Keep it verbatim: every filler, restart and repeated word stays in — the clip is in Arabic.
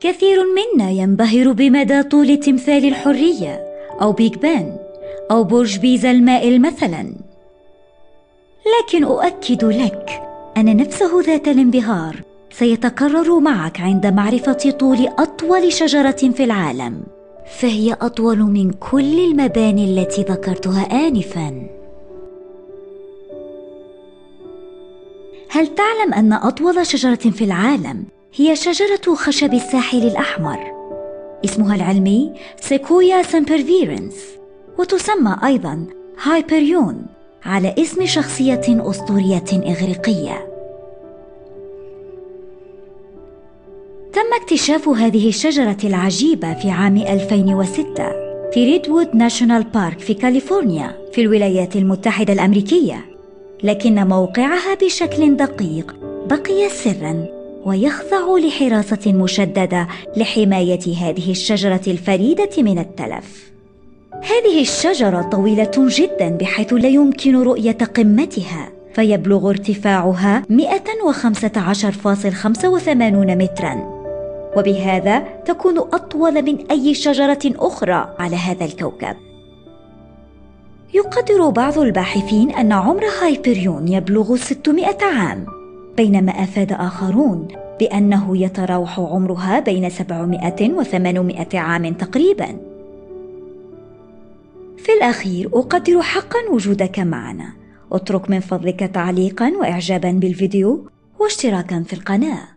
كثير منا ينبهر بمدى طول تمثال الحرية أو بيج بان أو برج بيزا المائل مثلا، لكن أؤكد لك أن نفسه ذات الانبهار سيتكرر معك عند معرفة طول أطول شجرة في العالم، فهي أطول من كل المباني التي ذكرتها آنفاً. هل تعلم أن أطول شجرة في العالم هي شجرة خشب الساحل الأحمر؟ اسمها العلمي سيكويا سمبرفيرنس، وتسمى أيضاً هايبريون على اسم شخصية أسطورية إغريقية. تم اكتشاف هذه الشجرة العجيبة في عام ألفين وستة في ريدوود ناشونال بارك في كاليفورنيا في الولايات المتحدة الأمريكية، لكن موقعها بشكل دقيق بقي سراً ويخضع لحراسة مشددة لحماية هذه الشجرة الفريدة من التلف. هذه الشجرة طويلة جداً بحيث لا يمكن رؤية قمتها، فيبلغ ارتفاعها مئة وخمسة عشر فاصلة خمسة وثمانين متراً، وبهذا تكون أطول من أي شجرة أخرى على هذا الكوكب. يقدر بعض الباحثين أن عمر هايبريون يبلغ ستمائة عام، بينما أفاد آخرون بأنه يتراوح عمرها بين سبعمائة وثمانمائة عام تقريباً. في الأخير أقدر حقاً وجودك معنا. اترك من فضلك تعليقاً وإعجاباً بالفيديو واشتراكاً في القناة.